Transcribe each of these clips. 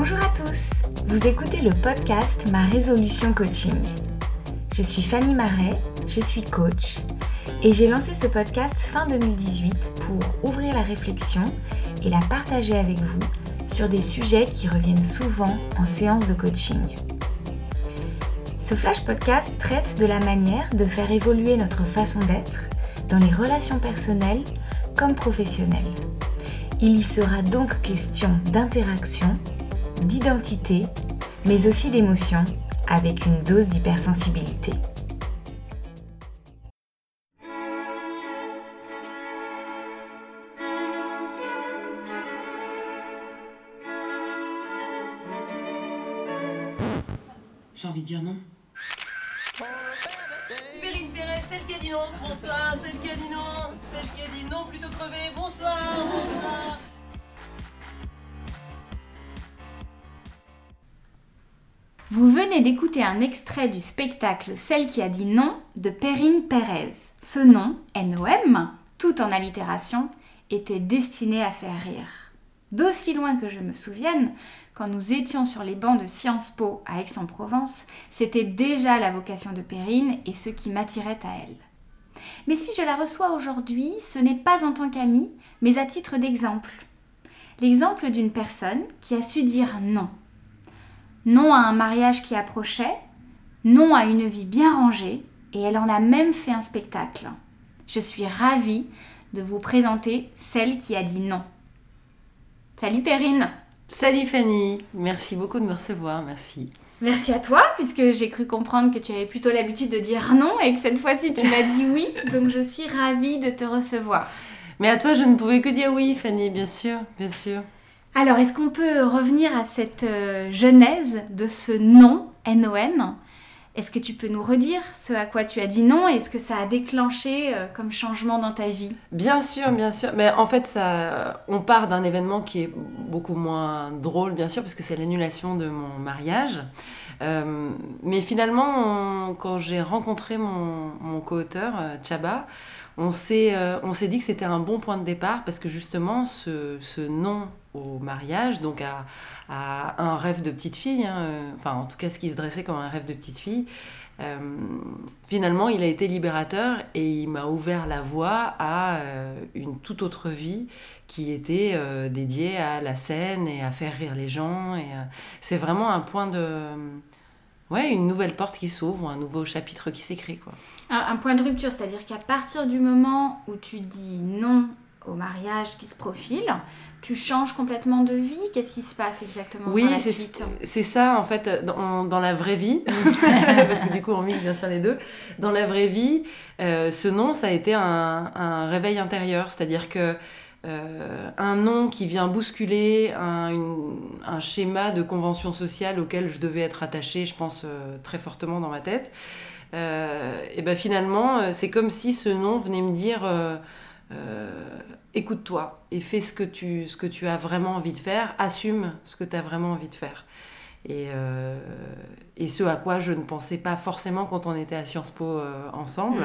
Bonjour à tous, vous écoutez le podcast Ma Résolution Coaching. Je suis Fanny Marais, je suis coach et j'ai lancé ce podcast fin 2018 pour ouvrir la réflexion et la partager avec vous sur des sujets qui reviennent souvent en séance de coaching. Ce flash podcast traite de la manière de faire évoluer notre façon d'être dans les relations personnelles comme professionnelles. Il y sera donc question d'interaction, d'identité, mais aussi d'émotion, avec une dose d'hypersensibilité. J'ai envie de dire non. Perrine Pérez, celle qui a dit non. Bonsoir, celle qui a dit non. Celle qui a dit non plutôt crevée. Bonsoir, bonsoir. Vous venez d'écouter un extrait du spectacle Celle qui a dit non de Perrine Pérez. Ce nom, N-O-M, tout en allitération, était destiné à faire rire. D'aussi loin que je me souvienne, quand nous étions sur les bancs de Sciences Po à Aix-en-Provence, c'était déjà la vocation de Perrine et ce qui m'attirait à elle. Mais si je la reçois aujourd'hui, ce n'est pas en tant qu'amie, mais à titre d'exemple. L'exemple d'une personne qui a su dire non. Non à un mariage qui approchait, non à une vie bien rangée, et elle en a même fait un spectacle. Je suis ravie de vous présenter celle qui a dit non. Salut Perrine! Salut Fanny, merci beaucoup de me recevoir, merci. Merci à toi, puisque j'ai cru comprendre que tu avais plutôt l'habitude de dire non et que cette fois-ci tu m'as dit oui, donc je suis ravie de te recevoir. Mais à toi, je ne pouvais que dire oui, Fanny, bien sûr, bien sûr. Alors, est-ce qu'on peut revenir à cette genèse de ce non, N-O-N ? Est-ce que tu peux nous redire ce à quoi tu as dit non et est-ce que ça a déclenché comme changement dans ta vie ? Bien sûr, bien sûr. Mais en fait, on part d'un événement qui est beaucoup moins drôle, bien sûr, parce que c'est l'annulation de mon mariage. Mais finalement, quand j'ai rencontré mon co-auteur, Chaba, on s'est dit que c'était un bon point de départ parce que justement, ce non au mariage, donc à un rêve de petite fille, enfin en tout cas ce qui se dressait comme un rêve de petite fille, finalement il a été libérateur et il m'a ouvert la voie à une toute autre vie qui était dédiée à la scène et à faire rire les gens. Et c'est vraiment un point de... Ouais, une nouvelle porte qui s'ouvre, un nouveau chapitre qui s'écrit, quoi. Un point de rupture, c'est-à-dire qu'à partir du moment où tu dis non au mariage qui se profile, tu changes complètement de vie. Qu'est-ce qui se passe exactement dans la suite ? C'est ça, en fait, dans la vraie vie, parce que du coup, on mixe bien sûr les deux. Dans la vraie vie, ce non, ça a été un réveil intérieur, c'est-à-dire que un non qui vient bousculer un schéma de convention sociale auquel je devais être attachée, je pense, très fortement dans ma tête. Et ben finalement, c'est comme si ce non venait me dire écoute-toi et fais ce que tu as vraiment envie de faire, assume ce que tu as vraiment envie de faire. Et ce à quoi je ne pensais pas forcément quand on était à Sciences Po ensemble.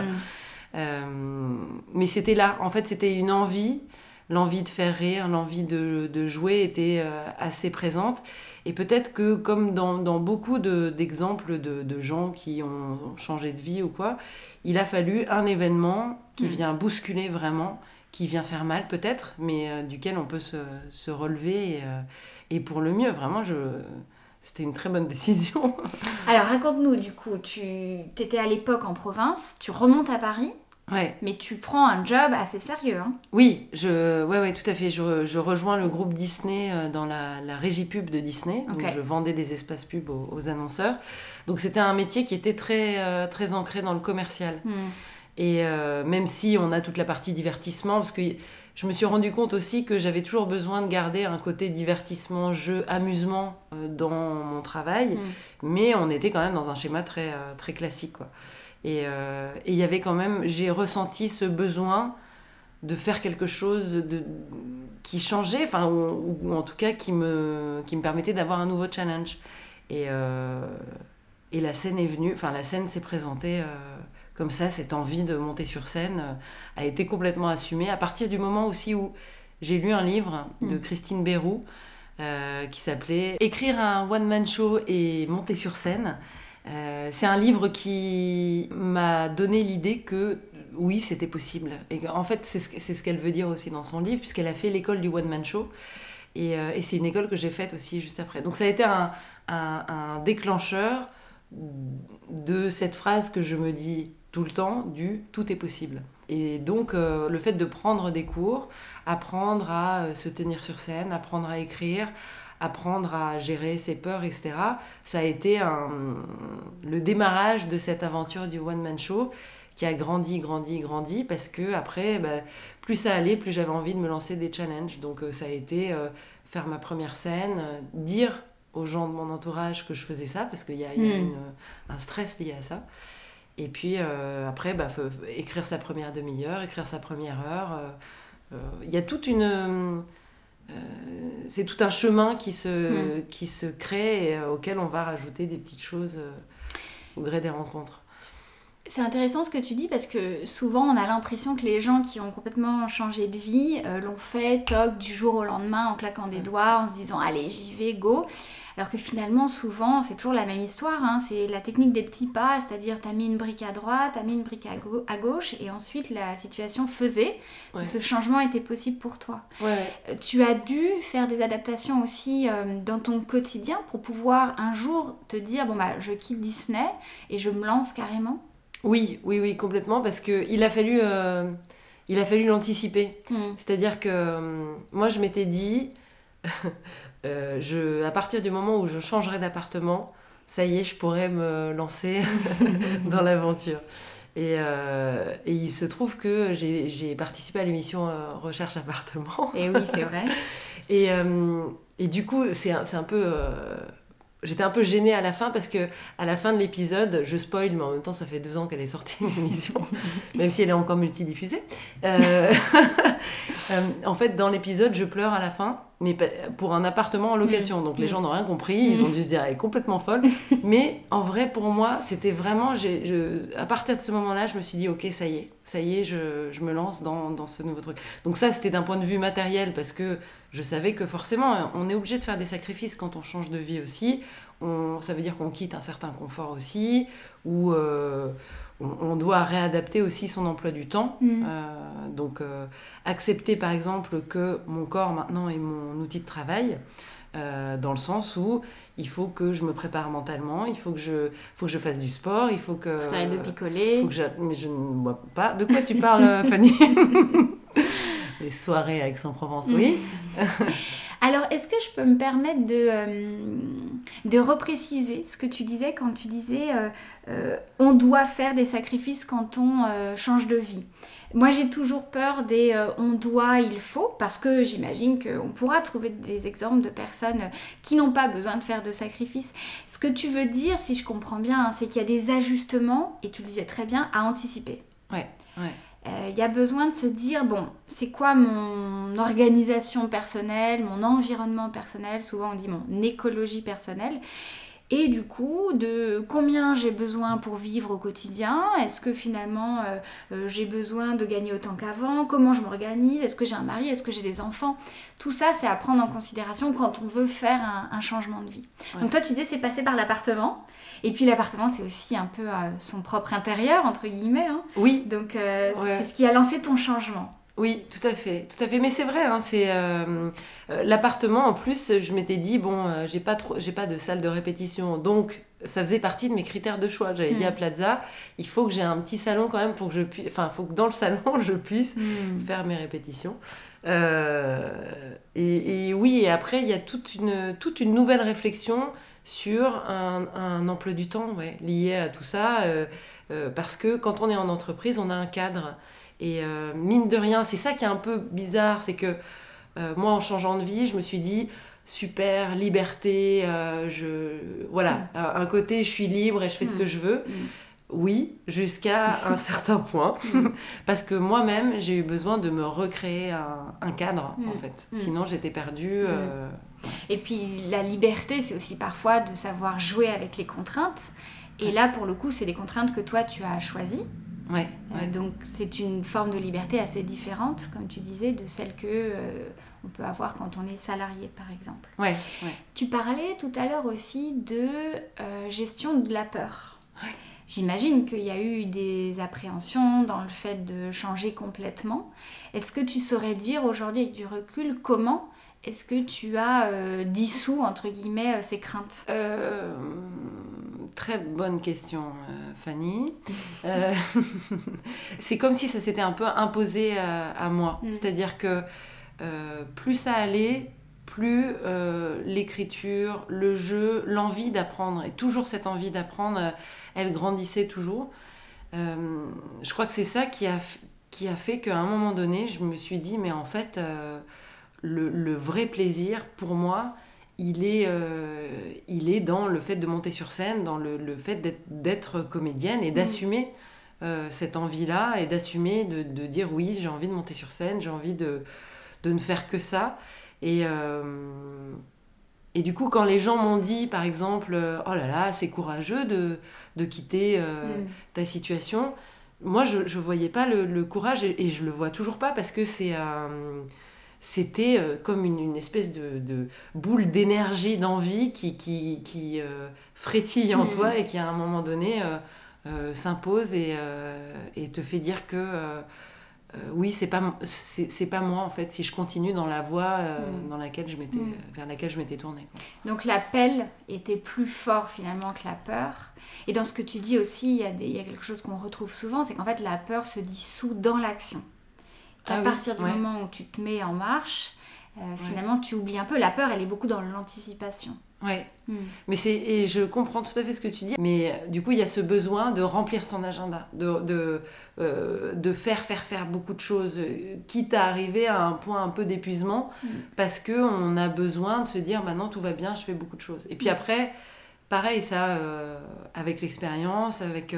Mais c'était là, en fait, c'était une envie. L'envie de faire rire, l'envie de jouer était assez présente. Et peut-être que, comme dans beaucoup d'exemples de gens qui ont changé de vie ou quoi, il a fallu un événement qui vient bousculer vraiment, qui vient faire mal peut-être, mais duquel on peut se relever et pour le mieux. Vraiment, c'était une très bonne décision. Alors, raconte-nous, du coup, tu étais à l'époque en province, tu remontes à Paris. Ouais. Mais tu prends un job assez sérieux, hein ? Oui, ouais, tout à fait. Je rejoins le groupe Disney dans la régie pub de Disney. Okay. Donc je vendais des espaces pubs aux annonceurs. Donc c'était un métier qui était très, très ancré dans le commercial. Et même si on a toute la partie divertissement, parce que je me suis rendu compte aussi que j'avais toujours besoin de garder un côté divertissement, jeu, amusement dans mon travail. Mais on était quand même dans un schéma très, très classique, quoi. Et il y avait quand même, j'ai ressenti ce besoin de faire quelque chose qui changeait, enfin, ou en tout cas qui me permettait d'avoir un nouveau challenge. Et la scène est venue, enfin la scène s'est présentée comme ça, cette envie de monter sur scène a été complètement assumée à partir du moment aussi où j'ai lu un livre de Christine Béroux qui s'appelait « Écrire un one-man show et monter sur scène ». C'est un livre qui m'a donné l'idée que oui, c'était possible. Et en fait, c'est ce qu'elle veut dire aussi dans son livre, puisqu'elle a fait l'école du one-man show. Et c'est une école que j'ai faite aussi juste après. Donc ça a été un déclencheur de cette phrase que je me dis tout le temps, du « tout est possible ». Et donc le fait de prendre des cours, apprendre à se tenir sur scène, apprendre à écrire, apprendre à gérer ses peurs, etc. Ça a été le démarrage de cette aventure du one-man show qui a grandi, parce que après, plus ça allait, plus j'avais envie de me lancer des challenges. Donc ça a été faire ma première scène, dire aux gens de mon entourage que je faisais ça, parce qu'il y a un stress lié à ça. Et puis après, écrire sa première demi-heure, écrire sa première heure. Il y a toute c'est tout un chemin qui se crée et auquel on va rajouter des petites choses au gré des rencontres. C'est intéressant ce que tu dis parce que souvent on a l'impression que les gens qui ont complètement changé de vie l'ont fait du jour au lendemain en claquant des doigts, en se disant allez j'y vais, go. Alors que finalement souvent c'est toujours la même histoire, hein. C'est la technique des petits pas, c'est-à-dire t'as mis une brique à droite, t'as mis une brique à gauche et ensuite la situation faisait que ce changement était possible pour toi. Tu as dû faire des adaptations aussi dans ton quotidien pour pouvoir un jour te dire je quitte Disney et je me lance carrément. Oui, complètement, parce qu'il a fallu l'anticiper. C'est-à-dire que moi, je m'étais dit, à partir du moment où je changerai d'appartement, ça y est, je pourrais me lancer dans l'aventure. Et il se trouve que j'ai participé à l'émission Recherche Appartement. Et oui, c'est vrai. Et du coup, c'est un peu... J'étais un peu gênée à la fin parce que à la fin de l'épisode, je spoil, mais en même temps ça fait 2 ans qu'elle est sortie l'émission, même si elle est encore multidiffusée. En fait, dans l'épisode, je pleure à la fin, mais pour un appartement en location. Donc les gens n'ont rien compris, ils ont dû se dire elle est complètement folle. Mais en vrai, pour moi, c'était vraiment... à partir de ce moment-là, je me suis dit ok, ça y est, je me lance dans ce nouveau truc. Donc ça, c'était d'un point de vue matériel parce que je savais que forcément, on est obligé de faire des sacrifices quand on change de vie aussi. Ça veut dire qu'on quitte un certain confort aussi, ou on doit réadapter aussi son emploi du temps. Donc, accepter par exemple que mon corps maintenant est mon outil de travail, dans le sens où il faut que je me prépare mentalement, il faut que je fasse du sport, il faut que... Arrête de picoler. Mais je ne bois pas. De quoi tu parles, Fanny? Les soirées à Aix-en-Provence, oui. Alors, est-ce que je peux me permettre de repréciser ce que tu disais quand tu disais on doit faire des sacrifices quand on change de vie. Moi, j'ai toujours peur des on doit, il faut, parce que j'imagine qu'on pourra trouver des exemples de personnes qui n'ont pas besoin de faire de sacrifices. Ce que tu veux dire, si je comprends bien, c'est qu'il y a des ajustements, et tu le disais très bien, à anticiper. Ouais. Il y a besoin de se dire, c'est quoi mon organisation personnelle, mon environnement personnel, souvent on dit mon écologie personnelle, et du coup, de combien j'ai besoin pour vivre au quotidien, est-ce que finalement j'ai besoin de gagner autant qu'avant, comment je m'organise, est-ce que j'ai un mari, est-ce que j'ai des enfants, tout ça c'est à prendre en considération quand on veut faire un changement de vie. Ouais. Donc toi tu disais c'est passer par l'appartement, et puis l'appartement c'est aussi un peu son propre intérieur entre guillemets, hein. Oui. Donc c'est ce qui a lancé ton changement. Oui, tout à fait. Mais c'est vrai, hein, c'est l'appartement. En plus, je m'étais dit j'ai pas de salle de répétition, donc ça faisait partie de mes critères de choix. J'avais dit à Plaza, il faut que j'ai un petit salon quand même pour que faut que dans le salon je puisse faire mes répétitions. Et oui, et après il y a toute une nouvelle réflexion sur un emploi du temps, lié à tout ça, parce que quand on est en entreprise, on a un cadre. Et mine de rien, c'est ça qui est un peu bizarre, c'est que moi, en changeant de vie, je me suis dit, super, liberté, un côté, je suis libre et je fais ce que je veux. Oui, jusqu'à un certain point, parce que moi-même, j'ai eu besoin de me recréer un cadre, en fait. Sinon, j'étais perdue. Et puis, la liberté, c'est aussi parfois de savoir jouer avec les contraintes. Et là, pour le coup, c'est des contraintes que toi, tu as choisies. Donc c'est une forme de liberté assez différente, comme tu disais, de celle que qu'on peut avoir quand on est salarié, par exemple. Ouais. Tu parlais tout à l'heure aussi de gestion de la peur. Ouais. J'imagine qu'il y a eu des appréhensions dans le fait de changer complètement. Est-ce que tu saurais dire aujourd'hui, avec du recul, comment est-ce que tu as dissous, entre guillemets, ces craintes ? Très bonne question, Fanny. C'est comme si ça s'était un peu imposé à moi. C'est-à-dire que plus ça allait, plus l'écriture, le jeu, l'envie d'apprendre, et toujours cette envie d'apprendre, elle grandissait toujours. Je crois que c'est ça qui a fait qu'à un moment donné, je me suis dit, mais en fait, le vrai plaisir pour moi, il est dans le fait de monter sur scène, dans le fait d'être comédienne et d'assumer cette envie-là, et d'assumer de dire oui, j'ai envie de monter sur scène, j'ai envie de ne faire que ça. Et du coup, quand les gens m'ont dit, par exemple, oh là là, c'est courageux de quitter ta situation, moi, je voyais pas le courage, et je le vois toujours pas, parce que c'était comme une espèce de boule d'énergie, d'envie qui frétille en toi, et qui, à un moment donné, s'impose et te fait dire que... oui, c'est pas moi en fait, si je continue dans la voie vers laquelle je m'étais tournée, quoi. Donc l'appel était plus fort finalement que la peur. Et dans ce que tu dis aussi, il y a quelque chose qu'on retrouve souvent, c'est qu'en fait la peur se dissout dans l'action. À partir du moment où tu te mets en marche, finalement tu oublies un peu. La peur, elle est beaucoup dans l'anticipation. Ouais. Mais et je comprends tout à fait ce que tu dis, mais du coup il y a ce besoin de remplir son agenda, de faire beaucoup de choses, quitte à arriver à un point un peu d'épuisement, parce qu'on a besoin de se dire maintenant tout va bien, je fais beaucoup de choses. Et puis après, pareil, ça, avec l'expérience, avec...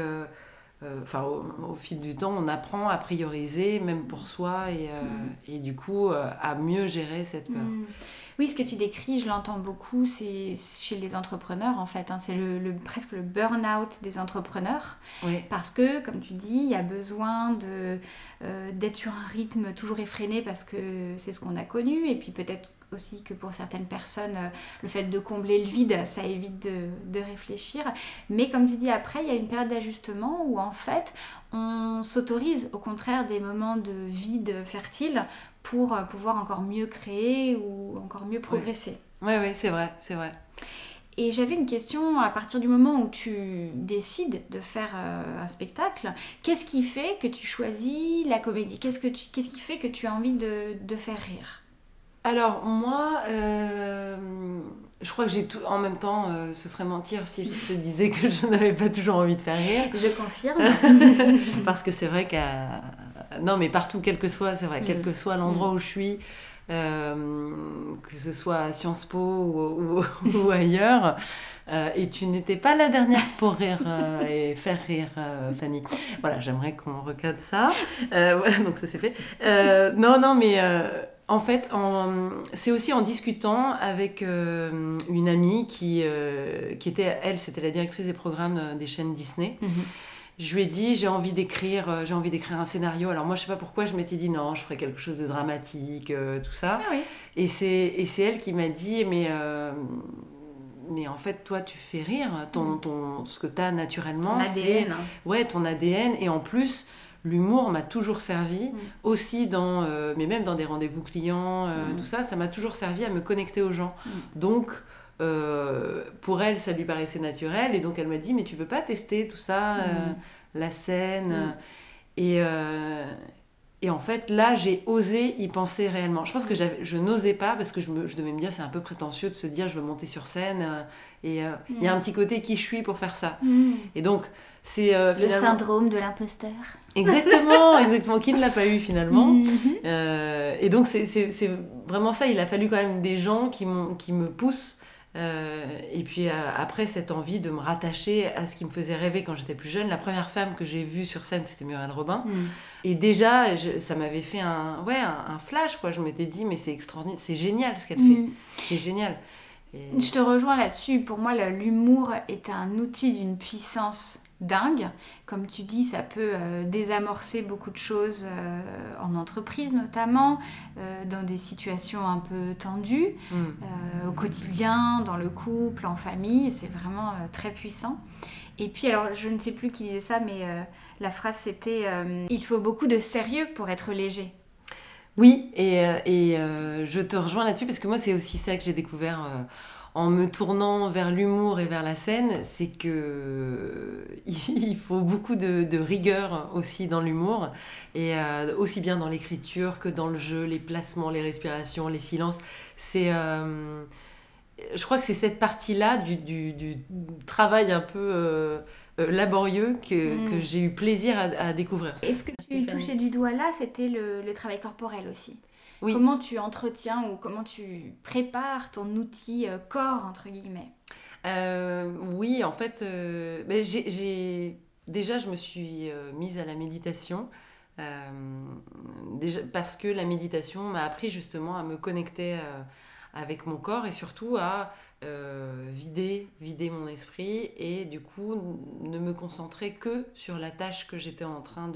au fil du temps, on apprend à prioriser, même pour soi, et du coup, à mieux gérer cette peur. Oui, ce que tu décris, je l'entends beaucoup, c'est chez les entrepreneurs en fait. C'est presque le burn-out des entrepreneurs. Oui. Parce que, comme tu dis, il y a besoin d'être sur un rythme toujours effréné parce que c'est ce qu'on a connu. Et puis peut-être aussi que pour certaines personnes, le fait de combler le vide, ça évite de réfléchir. Mais comme tu dis, après, il y a une période d'ajustement où en fait, on s'autorise au contraire des moments de vide fertile pour pouvoir encore mieux créer ou encore mieux progresser. Oui, c'est vrai. Et j'avais une question, à partir du moment où tu décides de faire un spectacle, qu'est-ce qui fait que tu choisis la comédie ? Qu'est-ce qui fait que tu as envie de faire rire ? Alors moi, je crois que j'ai tout en même temps, ce serait mentir si je te disais que je n'avais pas toujours envie de faire rire. Je confirme. Parce que c'est vrai non, mais partout, quel que soit l'endroit où je suis, que ce soit à Sciences Po ou ailleurs, et tu n'étais pas la dernière pour rire et faire rire Fanny. Voilà, j'aimerais qu'on recadre ça. Voilà, donc ça c'est fait. Non, mais en fait, c'est aussi en discutant avec une amie qui était, elle, c'était la directrice des programmes des chaînes Disney. Je lui ai dit, j'ai envie d'écrire un scénario. Alors moi, je sais pas pourquoi, je m'étais dit non, je ferais quelque chose de dramatique, tout ça. Ah oui. Et c'est elle qui m'a dit, mais en fait, toi, tu fais rire. Ce que tu as naturellement, ton ADN. Ton ADN. Et en plus, l'humour m'a toujours servi, aussi mais même dans des rendez-vous clients, tout ça, ça m'a toujours servi à me connecter aux gens. Donc... pour elle, ça lui paraissait naturel, et donc elle m'a dit mais tu veux pas tester tout ça, la scène, et en fait là j'ai osé y penser réellement. Je pense que je n'osais pas parce que je devais me dire c'est un peu prétentieux de se dire je veux monter sur scène, et il y a un petit côté qui je suis pour faire ça, et donc c'est le syndrome de l'imposteur. Exactement, qui ne l'a pas eu finalement. Et donc c'est vraiment ça, il a fallu quand même des gens qui me poussent. Et puis après cette envie de me rattacher à ce qui me faisait rêver quand j'étais plus jeune. La première femme que j'ai vue sur scène, c'était Muriel Robin. Et déjà, ça m'avait fait un flash, quoi. Je m'étais dit, mais c'est extraordinaire, c'est génial ce qu'elle fait. C'est génial. Je te rejoins là-dessus. Pour moi, l'humour est un outil d'une puissance dingue. Comme tu dis, ça peut désamorcer beaucoup de choses en entreprise notamment, dans des situations un peu tendues, au quotidien, dans le couple, en famille. C'est vraiment très puissant. Et puis, alors, je ne sais plus qui disait ça, mais la phrase c'était « Il faut beaucoup de sérieux pour être léger ». Oui, et je te rejoins là-dessus parce que moi, c'est aussi ça que j'ai découvert en me tournant vers l'humour et vers la scène, c'est que il faut beaucoup de rigueur aussi dans l'humour, et aussi bien dans l'écriture que dans le jeu, les placements, les respirations, les silences. Je crois que c'est cette partie-là du travail un peu laborieux que j'ai eu plaisir à découvrir. Et ce que tu touchais du doigt là, c'était le travail corporel aussi. Oui. Comment tu entretiens ou comment tu prépares ton outil corps, entre guillemets? Oui, en fait, déjà, je me suis mise à la méditation. Déjà, parce que la méditation m'a appris justement à me connecter avec mon corps et surtout à vider mon esprit, et du coup ne me concentrer que sur la tâche que j'étais en train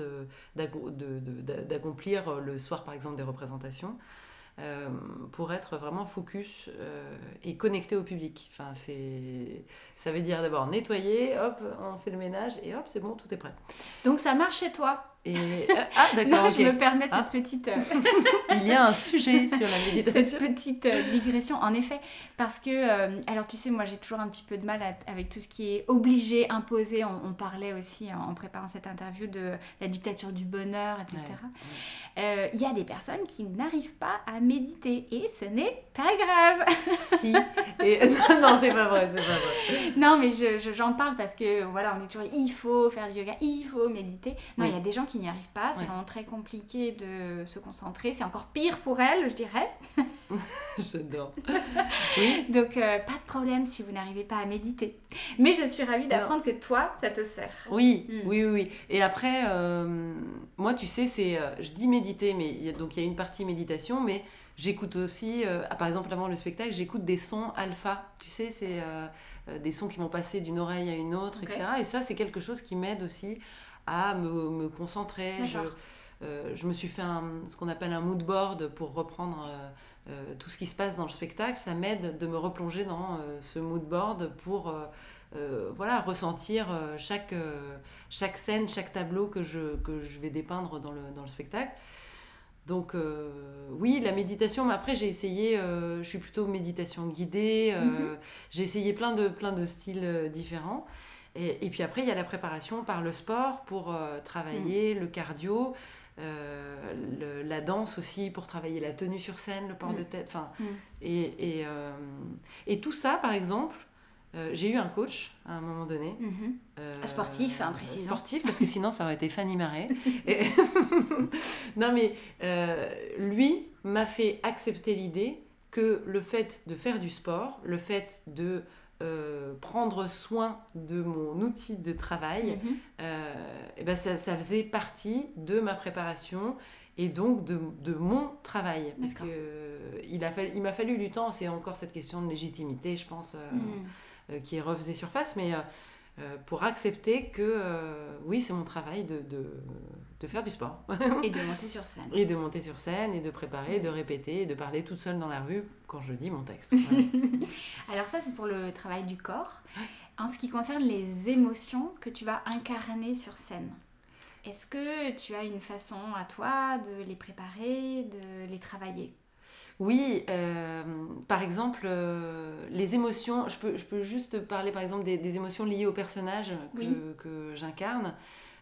d'accomplir le soir, par exemple, des représentations, pour être vraiment focus et connecté au public. Enfin, ça veut dire d'abord nettoyer, hop, on fait le ménage et hop, c'est bon, tout est prêt. Donc ça marche chez toi? D'accord, non, okay. Je me permets cette petite... Il y a un sujet sur la méditation. Cette petite digression, en effet, parce que, alors tu sais, moi j'ai toujours un petit peu de mal avec tout ce qui est obligé, imposé. On parlait aussi en préparant cette interview de la dictature du bonheur, etc. Il y a des personnes qui n'arrivent pas à méditer et ce n'est pas grave. Si. Et... non, c'est pas vrai. Non, mais j'en parle parce que voilà, on est toujours, il faut faire du yoga, il faut méditer. Non, il y a des gens qui n'y arrivent pas, c'est vraiment très compliqué de se concentrer, c'est encore pire pour elles, je dirais. J'adore. Oui. Donc, pas de problème si vous n'arrivez pas à méditer. Mais je suis ravie d'apprendre que toi, ça te sert. Oui. Et après, moi, tu sais, je dis méditer, mais il y a une partie méditation, mais j'écoute aussi, par exemple, avant le spectacle, j'écoute des sons alpha. Tu sais, c'est des sons qui vont passer d'une oreille à une autre, etc. Et ça, c'est quelque chose qui m'aide aussi à me concentrer. Je me suis fait ce qu'on appelle un mood board pour reprendre tout ce qui se passe dans le spectacle. Ça m'aide de me replonger dans ce mood board pour ressentir chaque scène, chaque tableau que je vais dépeindre dans le spectacle. Donc oui, la méditation, mais après j'ai essayé, je suis plutôt méditation guidée, j'ai essayé plein de styles différents. Et puis après, il y a la préparation par le sport pour travailler le cardio, la danse aussi pour travailler la tenue sur scène, le port de tête. Et tout ça, par exemple, j'ai eu un coach à un moment donné. Sportif, précisons. Sportif, parce que sinon ça aurait été Fanny Marais. Non, mais lui m'a fait accepter l'idée que le fait de faire du sport, le fait de prendre soin de mon outil de travail, ça faisait partie de ma préparation et donc de mon travail. Parce qu'il m'a fallu du temps, c'est encore cette question de légitimité, je pense, qui refaisait surface, mais pour accepter que oui, c'est mon travail de faire du sport. Et de monter sur scène. Et de monter sur scène, et de préparer, de répéter, et de parler toute seule dans la rue quand je dis mon texte. Voilà. Alors ça, c'est pour le travail du corps. En ce qui concerne les émotions que tu vas incarner sur scène, est-ce que tu as une façon à toi de les préparer, de les travailler ? Oui, par exemple, les émotions, je peux juste parler par exemple des émotions liées au personnage que j'incarne.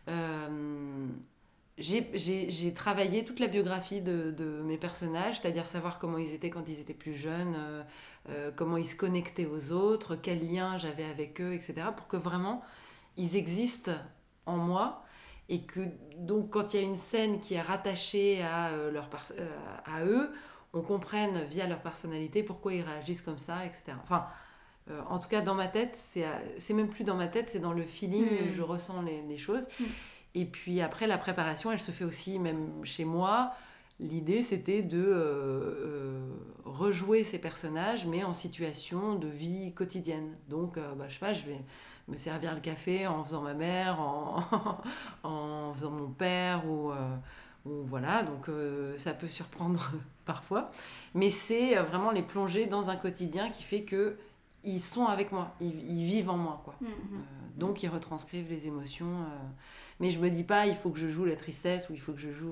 J'ai travaillé toute la biographie de mes personnages, c'est-à-dire savoir comment ils étaient quand ils étaient plus jeunes, comment ils se connectaient aux autres, quel lien j'avais avec eux, etc. pour que vraiment ils existent en moi. Et que donc quand il y a une scène qui est rattachée à eux, on comprenne via leur personnalité pourquoi ils réagissent comme ça, etc. Enfin, en tout cas, dans ma tête, c'est même plus dans ma tête, c'est dans le feeling, je ressens les choses. Et puis après, la préparation, elle se fait aussi, même chez moi, L'idée, c'était de rejouer ces personnages, mais en situation de vie quotidienne. Donc, je sais pas, je vais me servir le café en faisant ma mère, en faisant mon père, ou voilà. Donc, ça peut surprendre parfois. Mais c'est vraiment les plonger dans un quotidien qui fait que ils sont avec moi, ils vivent en moi, quoi. Donc, ils retranscrivent les émotions. Mais je me dis pas, il faut que je joue la tristesse ou il faut que je joue...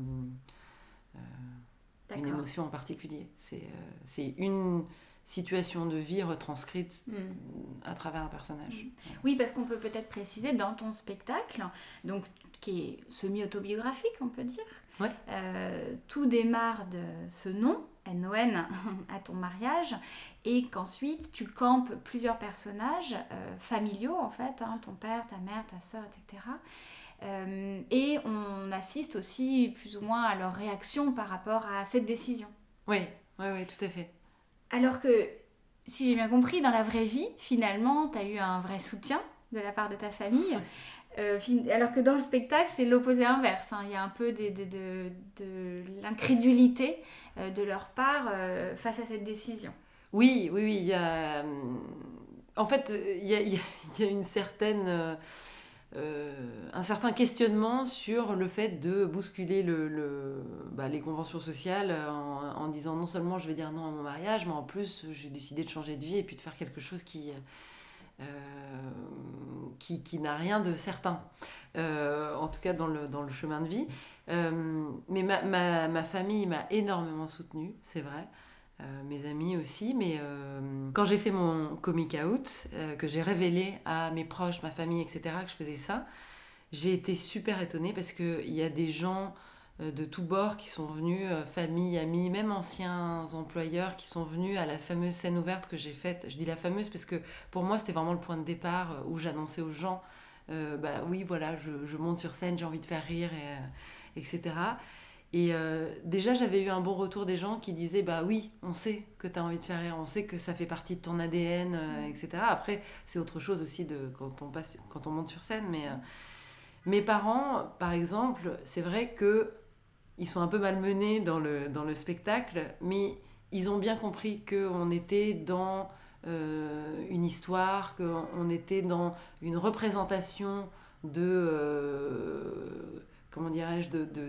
une émotion en particulier. C'est une situation de vie retranscrite à travers un personnage. Oui, parce qu'on peut peut-être préciser dans ton spectacle, donc qui est semi-autobiographique, on peut dire. Ouais. Tout démarre de ce nom, N-O-N, à ton mariage, et qu'ensuite tu campes plusieurs personnages familiaux en fait, hein, ton père, ta mère, ta sœur, etc. Et on assiste aussi plus ou moins à leur réaction par rapport à cette décision. Oui, tout à fait. Alors que, si j'ai bien compris, dans la vraie vie, finalement, tu as eu un vrai soutien de la part de ta famille. Alors que dans le spectacle, c'est l'opposé inverse. Hein. Il y a un peu de l'incrédulité de leur part face à cette décision. Oui. Il y a... En fait, il y a une certaine... un certain questionnement sur le fait de bousculer les conventions sociales en disant non seulement je vais dire non à mon mariage, mais en plus j'ai décidé de changer de vie et puis de faire quelque chose qui n'a rien de certain, en tout cas dans le chemin de vie. Mais ma famille m'a énormément soutenue, c'est vrai. Mes amis aussi, mais quand j'ai fait mon coming out, que j'ai révélé à mes proches, ma famille, etc., que je faisais ça, j'ai été super étonnée parce qu'il y a des gens de tous bords qui sont venus, famille, amis, même anciens employeurs qui sont venus à la fameuse scène ouverte que j'ai faite. Je dis la fameuse parce que pour moi c'était vraiment le point de départ où j'annonçais aux gens oui voilà, je monte sur scène, j'ai envie de faire rire, etc. Et déjà, j'avais eu un bon retour des gens qui disaient oui, on sait que tu as envie de faire rire, on sait que ça fait partie de ton ADN, etc. Après, c'est autre chose aussi quand on monte sur scène. Mais mes parents, par exemple, c'est vrai qu'ils sont un peu malmenés dans le spectacle, mais ils ont bien compris qu'on était dans une histoire, qu'on était dans une représentation de... comment dirais-je,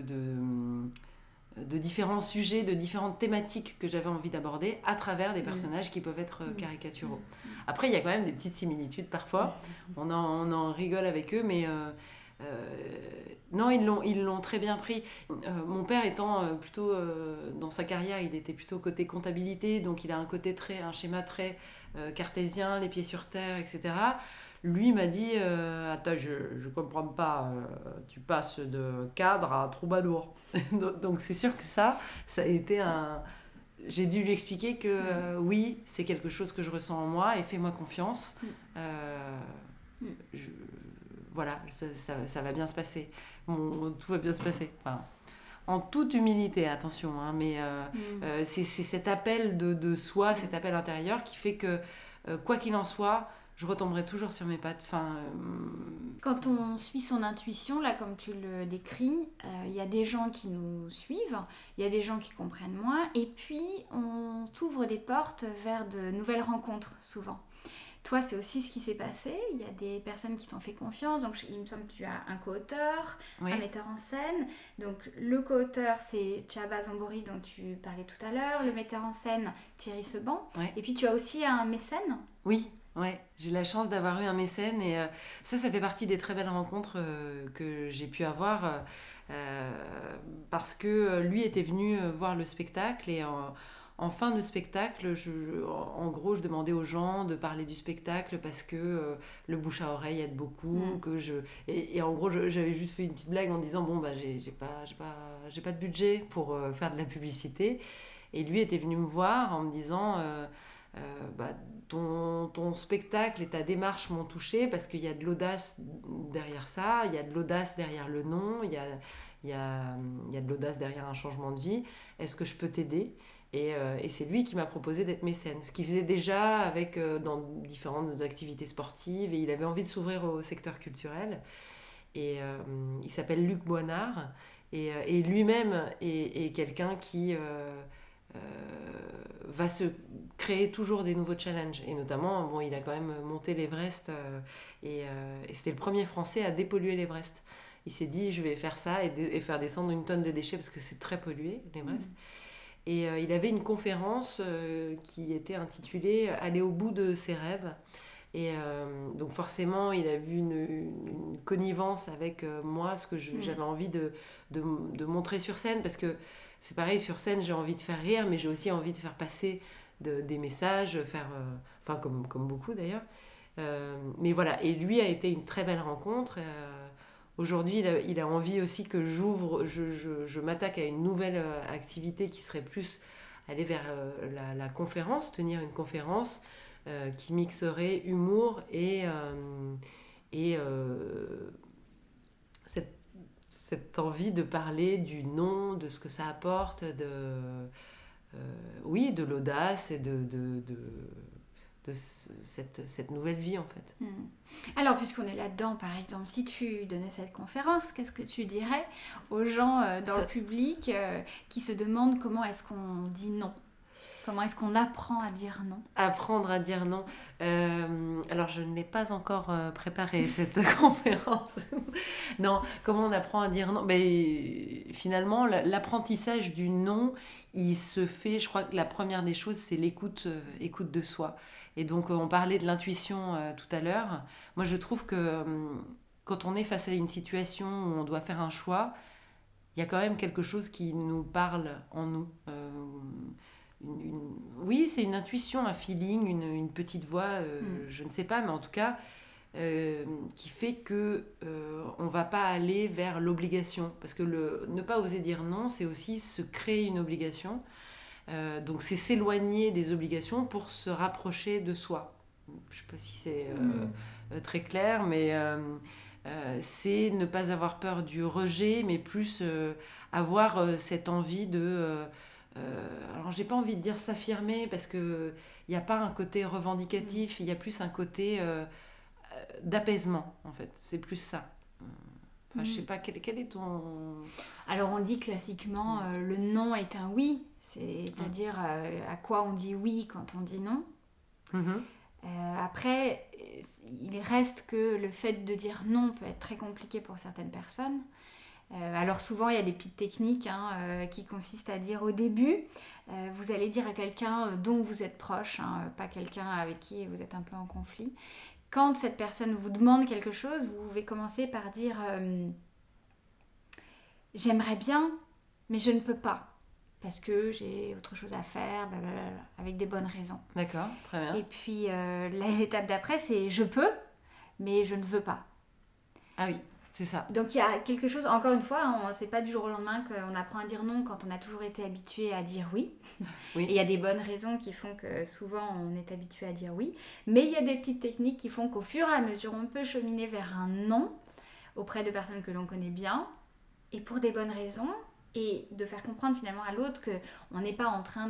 de différents sujets, de différentes thématiques que j'avais envie d'aborder à travers des personnages qui peuvent être caricaturaux. Après, il y a quand même des petites similitudes parfois, on en rigole avec eux, mais non, ils l'ont très bien pris. Mon père étant plutôt, dans sa carrière, il était plutôt côté comptabilité, donc il a un schéma très cartésien, les pieds sur terre, etc. Lui m'a dit attends, je comprends pas, tu passes de cadre à troubadour. Donc c'est sûr que ça a été j'ai dû lui expliquer que oui, c'est quelque chose que je ressens en moi et fais-moi confiance. Voilà, ça va bien se passer. Tout va bien se passer. Enfin, en toute humilité, attention, hein, mais c'est cet appel de soi, cet appel intérieur qui fait que quoi qu'il en soit, je retomberai toujours sur mes pattes. Quand on suit son intuition, là, comme tu le décris, il y a des gens qui nous suivent, il y a des gens qui comprennent moins, et puis on s'ouvre des portes vers de nouvelles rencontres, souvent. Toi, c'est aussi ce qui s'est passé. Il y a des personnes qui t'ont fait confiance. Donc, il me semble que tu as un co-auteur, un metteur en scène. Donc, le co-auteur, c'est Chaba Zambori, dont tu parlais tout à l'heure. Le metteur en scène, Thierry Seban. Et puis, tu as aussi un mécène. Oui, j'ai la chance d'avoir eu un mécène. Et ça fait partie des très belles rencontres que j'ai pu avoir. Parce que lui était venu voir le spectacle et... En fin de spectacle, en gros, je demandais aux gens de parler du spectacle parce que le bouche à oreille aide beaucoup. Et en gros, j'avais juste fait une petite blague en disant j'ai pas de budget pour faire de la publicité. Et lui était venu me voir en me disant ton spectacle et ta démarche m'ont touchée parce qu'il y a de l'audace derrière ça, il y a de l'audace derrière le nom, il y a de l'audace derrière un changement de vie. Est-ce que je peux t'aider ? Et c'est lui qui m'a proposé d'être mécène, ce qu'il faisait déjà dans différentes activités sportives, et il avait envie de s'ouvrir au secteur culturel. Et il s'appelle Luc Boinard, Et lui-même est quelqu'un qui va se créer toujours des nouveaux challenges. Et notamment, bon, il a quand même monté l'Everest et c'était le premier Français à dépolluer l'Everest. Il s'est dit, je vais faire ça et faire descendre 1 tonne de déchets parce que c'est très pollué, l'Everest. Et il avait une conférence qui était intitulée « Aller au bout de ses rêves ». Et donc forcément, il a vu une connivence avec moi, ce que j'avais envie de montrer sur scène, parce que c'est pareil, sur scène, j'ai envie de faire rire, mais j'ai aussi envie de faire passer des messages, enfin comme beaucoup d'ailleurs. Mais voilà, et lui a été une très belle rencontre. Aujourd'hui, il a envie aussi que je m'attaque à une nouvelle activité qui serait plus aller vers la conférence, tenir une conférence qui mixerait humour et cette envie de parler du non, de ce que ça apporte, oui, de l'audace et de cette nouvelle vie en fait. Alors puisqu'on est là-dedans, par exemple, si tu donnais cette conférence, qu'est-ce que tu dirais aux gens dans le public qui se demandent comment est-ce qu'on dit non ? Comment est-ce qu'on apprend à dire non ? Apprendre à dire non. Alors, je ne l'ai pas encore préparé, cette conférence. Non, comment on apprend à dire non ? Finalement, l'apprentissage du non, il se fait, je crois que la première des choses, c'est l'écoute de soi. Et donc, on parlait de l'intuition tout à l'heure. Moi, je trouve que quand on est face à une situation où on doit faire un choix, il y a quand même quelque chose qui nous parle en nous. Oui, c'est une intuition, un feeling, une petite voix, je ne sais pas, mais en tout cas, qui fait que on va pas aller vers l'obligation. Parce que ne pas oser dire non, c'est aussi se créer une obligation. Donc c'est s'éloigner des obligations pour se rapprocher de soi. Je ne sais pas si c'est très clair, mais c'est ne pas avoir peur du rejet, mais plus avoir cette envie de... alors j'ai pas envie de dire s'affirmer parce que il n'y a pas un côté revendicatif, il y a plus un côté d'apaisement en fait, c'est plus ça. Enfin, je sais pas, quel est ton... Alors on dit classiquement le non est un oui, c'est-à-dire à quoi on dit oui quand on dit non. Après, il reste que le fait de dire non peut être très compliqué pour certaines personnes. Alors souvent il y a des petites techniques qui consistent à dire au début, vous allez dire à quelqu'un dont vous êtes proche, pas quelqu'un avec qui vous êtes un peu en conflit. Quand cette personne vous demande quelque chose, vous pouvez commencer par dire j'aimerais bien, mais je ne peux pas parce que j'ai autre chose à faire, blablabla, avec des bonnes raisons. D'accord, très bien. Et puis l'étape d'après c'est je peux, mais je ne veux pas. Ah oui. C'est ça. Donc il y a quelque chose, encore une fois, c'est pas du jour au lendemain qu'on apprend à dire non quand on a toujours été habitué à dire oui. Et il y a des bonnes raisons qui font que souvent on est habitué à dire oui. Mais il y a des petites techniques qui font qu'au fur et à mesure on peut cheminer vers un non auprès de personnes que l'on connaît bien et pour des bonnes raisons et de faire comprendre finalement à l'autre qu'on n'est pas en train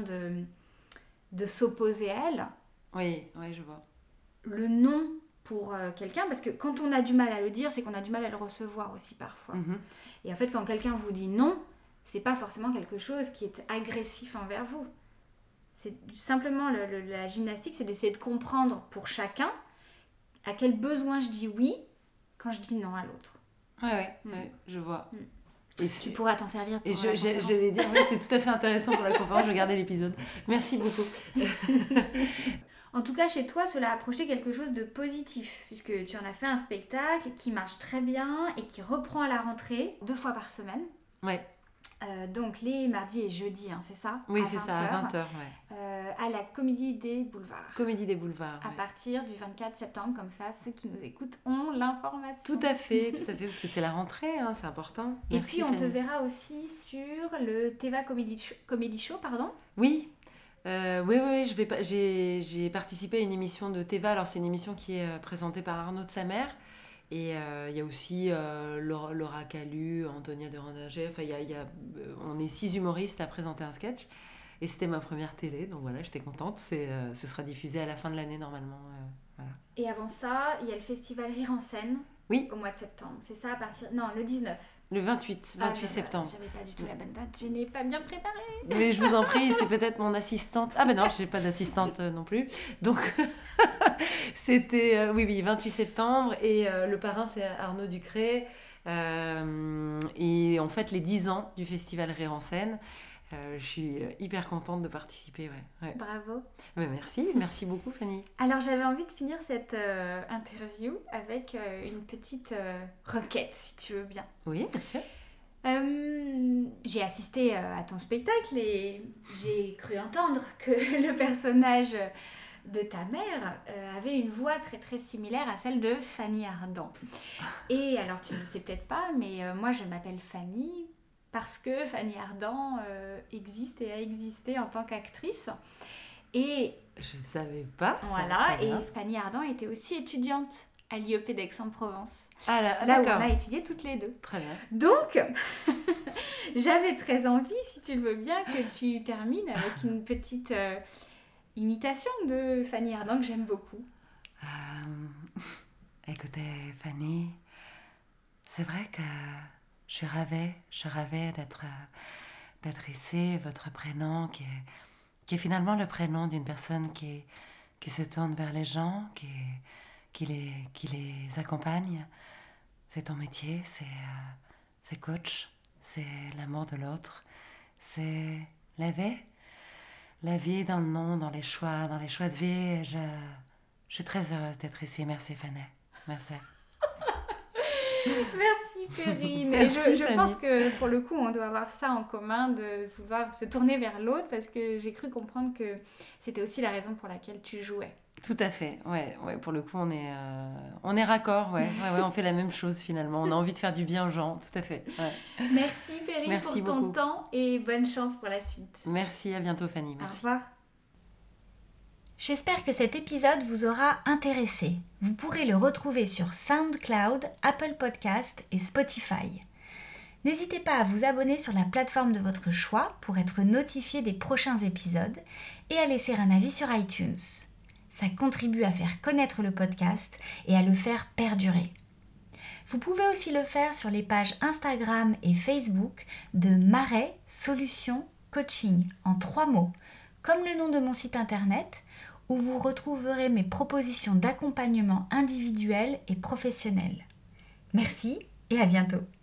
de s'opposer à elle. Oui, je vois. Le non pour quelqu'un, parce que quand on a du mal à le dire, c'est qu'on a du mal à le recevoir aussi parfois. Et en fait, quand quelqu'un vous dit non, c'est pas forcément quelque chose qui est agressif envers vous. C'est simplement la gymnastique, c'est d'essayer de comprendre pour chacun à quel besoin je dis oui quand je dis non à l'autre. Ouais, je vois. Et tu pourras t'en servir pour la conférence. J'allais dire, c'est tout à fait intéressant pour la conférence, je regardais l'épisode. Merci beaucoup. En tout cas, chez toi, cela a approché quelque chose de positif, puisque tu en as fait un spectacle qui marche très bien et qui reprend à la rentrée 2 fois par semaine. Ouais. Donc les mardis et jeudis, c'est ça ? Oui, c'est ça, à 20h. À la Comédie des Boulevards. Comédie des Boulevards. À partir du 24 septembre, comme ça, ceux qui nous écoutent ont l'information. Tout à fait, parce que c'est la rentrée, c'est important. Et puis on te verra aussi sur le Teva Comedy Show, pardon. Oui. Oui, j'ai participé à une émission de Teva. Alors c'est une émission qui est présentée par Arnaud de Samer. Et il y a aussi Laura Calu, Antonia de Randinger. Enfin, on est 6 humoristes à présenter un sketch. Et c'était ma première télé, donc voilà, j'étais contente. Ce sera diffusé à la fin de l'année normalement. Voilà. Et avant ça, il y a le festival Rire en scène. Oui. Au mois de septembre. C'est ça à partir... Non, le 19. Le 28 septembre. J'avais pas du tout la bonne date, je n'ai pas bien préparé. Mais je vous en prie, c'est peut-être mon assistante. Ah ben non, je n'ai pas d'assistante non plus. Donc, c'était, 28 septembre. Et le parrain, c'est Arnaud Ducré. Et on fête les 10 ans du festival Rire en scène. Je suis hyper contente de participer. Ouais. Bravo. Mais merci beaucoup Fanny. Alors j'avais envie de finir cette interview avec une petite requête, si tu veux bien. Oui, bien sûr. J'ai assisté à ton spectacle et j'ai cru entendre que le personnage de ta mère avait une voix très très similaire à celle de Fanny Ardant. Et alors tu ne le sais peut-être pas, mais moi je m'appelle Fanny parce que Fanny Ardant existe et a existé en tant qu'actrice. Et je ne savais pas. Voilà, et Fanny Ardant était aussi étudiante à l'IEP d'Aix-en-Provence. Là où on a étudié toutes les deux. Très bien. Donc, j'avais très envie, si tu le veux bien, que tu termines avec une petite imitation de Fanny Ardant que j'aime beaucoup. Écoutez, Fanny, c'est vrai que je rêvais d'être ici, votre prénom, qui est finalement le prénom d'une personne qui se tourne vers les gens, qui les accompagne. C'est ton métier, c'est coach, c'est l'amour de l'autre, c'est la vie dans le nom, dans les choix de vie. Je suis très heureuse d'être ici. Merci Fanny, merci. Merci Perrine. Merci, et je pense que pour le coup on doit avoir ça en commun, de vouloir se tourner vers l'autre, parce que j'ai cru comprendre que c'était aussi la raison pour laquelle tu jouais. Tout à fait, ouais, pour le coup on est raccord, ouais, on fait la même chose finalement, on a envie de faire du bien aux gens, tout à fait. Ouais. Merci Perrine pour ton temps et bonne chance pour la suite. Merci, à bientôt Fanny. Merci. Au revoir. J'espère que cet épisode vous aura intéressé. Vous pourrez le retrouver sur SoundCloud, Apple Podcast et Spotify. N'hésitez pas à vous abonner sur la plateforme de votre choix pour être notifié des prochains épisodes et à laisser un avis sur iTunes. Ça contribue à faire connaître le podcast et à le faire perdurer. Vous pouvez aussi le faire sur les pages Instagram et Facebook de Marais Solutions Coaching en 3 mots, comme le nom de mon site internet, où vous retrouverez mes propositions d'accompagnement individuel et professionnel. Merci et à bientôt.